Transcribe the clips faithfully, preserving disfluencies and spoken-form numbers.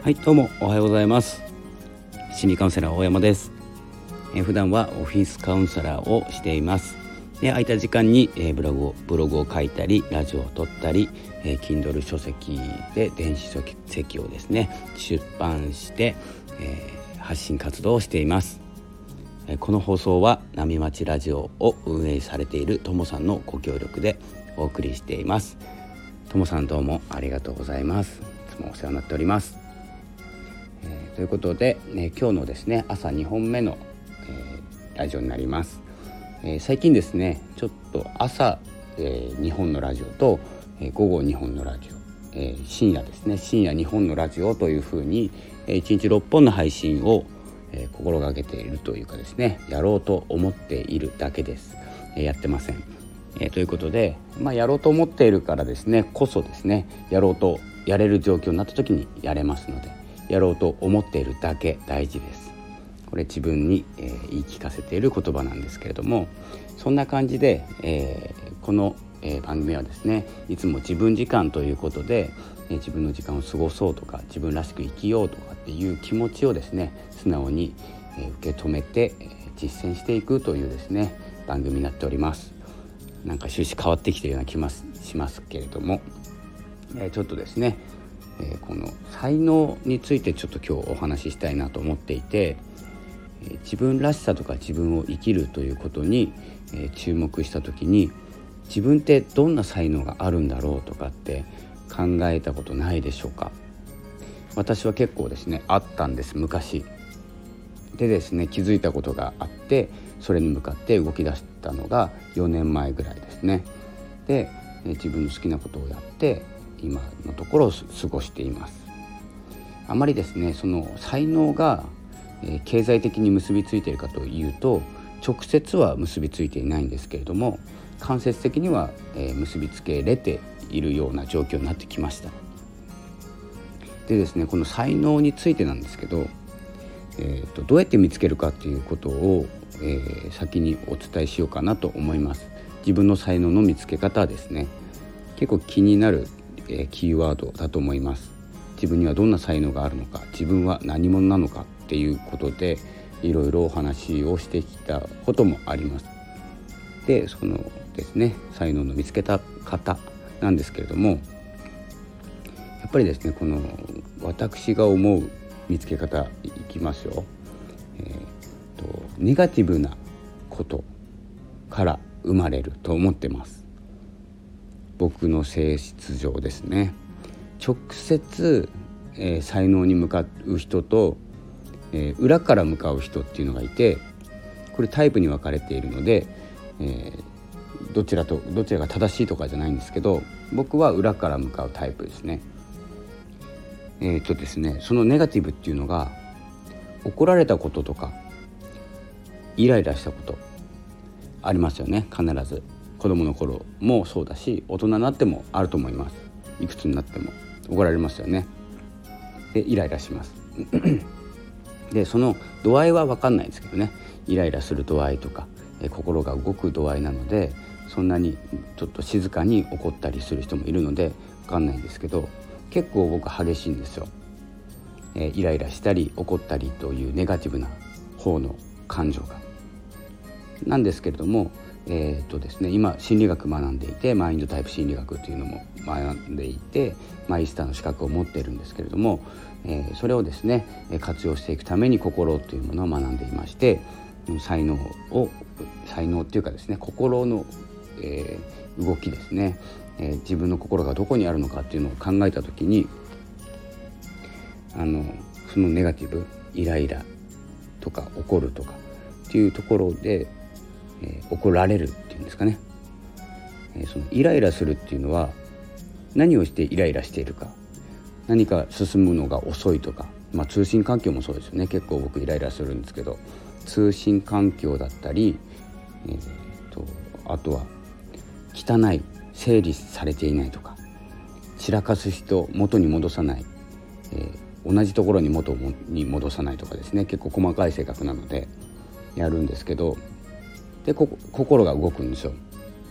はい、どうもおはようございます。心理カウンセラー大山です。えー、普段はオフィスカウンセラーをしています。で、空いた時間に、えー、ブログをブログを書いたり、ラジオを撮ったり、えー、Kindle 書籍で電子書籍をですね出版して、えー、発信活動をしています。えー、この放送は波町ラジオを運営されているともさんのご協力でお送りしています。ともさん、どうもありがとうございます。いつもお世話になっております。えー、ということで、ね、今日のですね朝にほんめの、えー、ラジオになります。えー、最近ですねちょっと朝、えー、にほんのラジオと、えー、午後にほんのラジオ、えー、深夜ですね深夜にほんのラジオというふうに、えー、いちにちろっぽんの配信を、えー、心がけているというかですねやろうと思っているだけです。えー、やってません。えー、ということで、まあ、やろうと思っているからですねこそですねやろうとやれる状況になった時にやれますので、やろうと思っているだけ大事です。これ自分に、えー、言い聞かせている言葉なんですけれども、そんな感じで、えー、この、えー、番組はですねいつも自分時間ということで、えー、自分の時間を過ごそうとか自分らしく生きようとかっていう気持ちをですね素直に、えー、受け止めて、えー、実践していくというですね番組になっております。なんか趣旨変わってきているような気もしますけれども、えー、ちょっとですね、えー、この才能についてちょっと今日お話ししたいなと思っていて、えー、自分らしさとか自分を生きるということに、えー、注目した時に、自分ってどんな才能があるんだろうとかって考えたことないでしょうか。私は結構ですねあったんです、昔でですね気づいたことがあって、それに向かって動き出したのがよねんまえぐらいですね。で、えー、自分の好きなことをやって今のところを過ごしています。あまりですねその才能が、えー、経済的に結びついているかというと直接は結びついていないんですけれども、間接的には、えー、結びつけれているような状況になってきました。でですねこの才能についてなんですけど、えー、とどうやって見つけるかということを、えー、先にお伝えしようかなと思います。自分の才能の見つけ方ですね、結構気になる、えー、キーワードだと思います。自分にはどんな才能があるのか、自分は何者なのかっていうことでいろいろお話をしてきたこともあります。でそのですね才能の見つけた方なんですけれども、やっぱりですねこの私が思う見つけ方いきますよ。えー、とネガティブなことから生まれると思ってます。僕の性質上ですね。直接、えー、才能に向かう人と、えー、裏から向かう人っていうのがいて、これタイプに分かれているので、えー、どちらとどちらが正しいとかじゃないんですけど、僕は裏から向かうタイプですね。えーとですね、そのネガティブっていうのが、怒られたこととかイライラしたことありますよね。必ず子供の頃もそうだし大人になってもあると思います。いくつになっても怒られますよね。でイライラしますでその度合いは分かんないですけどね、イライラする度合いとか、え心が動く度合いなので、そんなにちょっと静かに怒ったりする人もいるので分かんないんですけど、結構僕激しいんですよ。えー、イライラしたり怒ったりというネガティブな方の感情がなんですけれども、えーとですね、今心理学学んでいて、マインドタイプ心理学というのも学んでいて、マイスターの資格を持っているんですけれども、えー、それをですね活用していくために心というものを学んでいまして、才能を才能っていうかですね心の、えー、動きですね、えー、自分の心がどこにあるのかっていうのを考えたときに、あのそのネガティブ、イライラとか怒るとかっていうところで、えー、怒られるっていうんですかね、えー、そのイライラするっていうのは何をしてイライラしているか、何か進むのが遅いとか、まあ、通信環境もそうですよね。結構僕イライラするんですけど、通信環境だったり、えー、とあとは汚い、整理されていないとか、散らかす人元に戻さない、えー、同じところに元に戻さないとかですね、結構細かい性格なのでやるんですけど、でこ心が動くんですよ。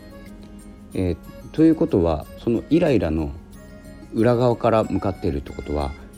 えー、ということはそのイライラの裏側から向かっているってことは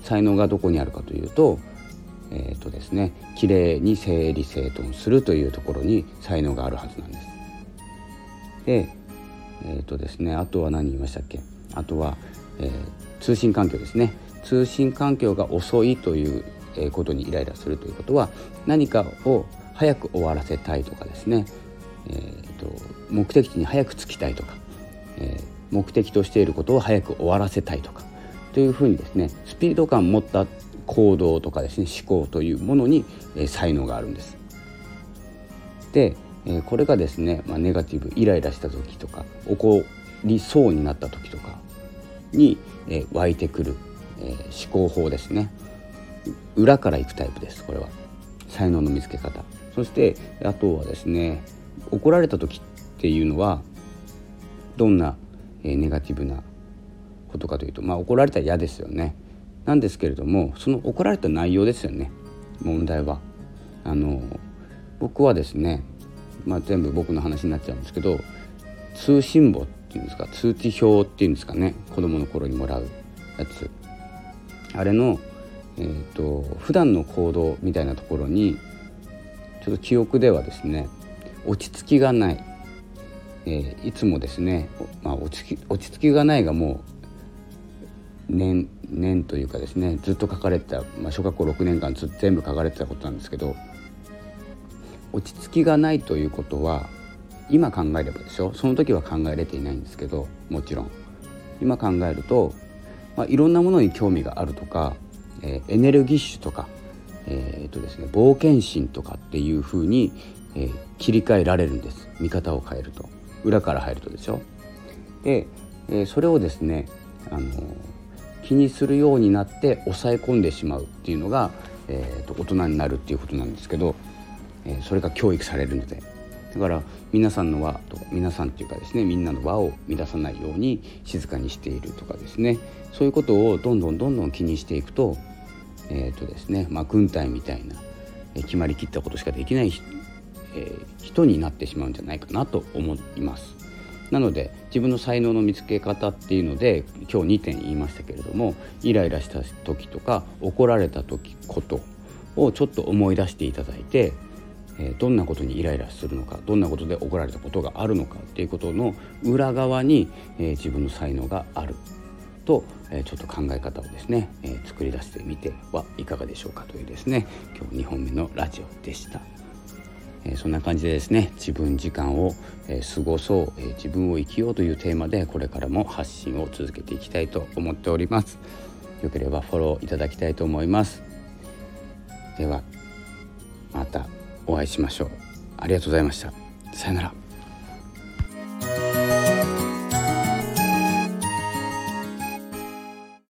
才能がどこにあるかというと、えーとですね、きれいに整理整頓するというところに才能があるはずなんです。で、えーとですね、あとは何言いましたっけ。あとは、えー、通信環境ですね。通信環境が遅いということにイライラするということは、何かを早く終わらせたいとかですね、えーと目的地に早く着きたいとか、えー、目的としていることを早く終わらせたいとかというふうにですね、スピード感を持った行動とかですね、思考というものに、えー、才能があるんです。で、えー、これがですね、まあ、ネガティブ、イライラした時とか起こりそうになった時とかに、えー、湧いてくる、えー、思考法ですね。裏から行くタイプです。これは才能の見つけ方。そしてあとはですね、怒られた時っていうのはどんな、えー、ネガティブなことかというと、まあ、怒られたら嫌ですよね。なんですけれども、その怒られた内容ですよね、問題は。あの僕はですね、まあ、全部僕の話になっちゃうんですけど、通信簿っていうんですか、通知表っていうんですかね、子供の頃にもらうやつ、あれの、えーと、普段の行動みたいなところにちょっと記憶ではですね、落ち着きがない、えー、いつもですね、まあ、落ち着き、落ち着きがないがもう年年というかですね、ずっと書かれてた、まあ、小学校ろくねんかんず全部書かれてたことなんですけど、落ち着きがないということは、今考えればですよ、その時は考えれていないんですけど、もちろん今考えると、まあ、いろんなものに興味があるとか、えー、エネルギッシュとか、えーとですね、冒険心とかっていう風に、えー、切り替えられるんです。見方を変えると、裏から入るとですよ。で、えー、それをですね、あのー、気にするようになって抑え込んでしまうっていうのが、えーと、大人になるっていうことなんですけど、えー、それが教育されるので、だから皆さんの輪と皆さんっていうかですね、みんなの輪を乱さないように静かにしているとかですね、そういうことをどんどんどんどん気にしていくと、えーとですね、まあ、軍隊みたいな、えー、決まりきったことしかできない、えー、人になってしまうんじゃないかなと思います。なので自分の才能の見つけ方っていうので、今日にてん言いましたけれども、イライラした時とか怒られた時ことをちょっと思い出していただいて、えー、どんなことにイライラするのか、どんなことで怒られたことがあるのかっていうことの裏側に、えー、自分の才能があると、えー、ちょっと考え方をですね、えー、作り出してみてはいかがでしょうかというですね、今日にほんめのラジオでした。えー、そんな感じでですね、自分時間を、えー、過ごそう、えー、自分を生きようというテーマでこれからも発信を続けていきたいと思っております。よければフォローいただきたいと思います。ではまたお会いしましょう。ありがとうございました。さよなら。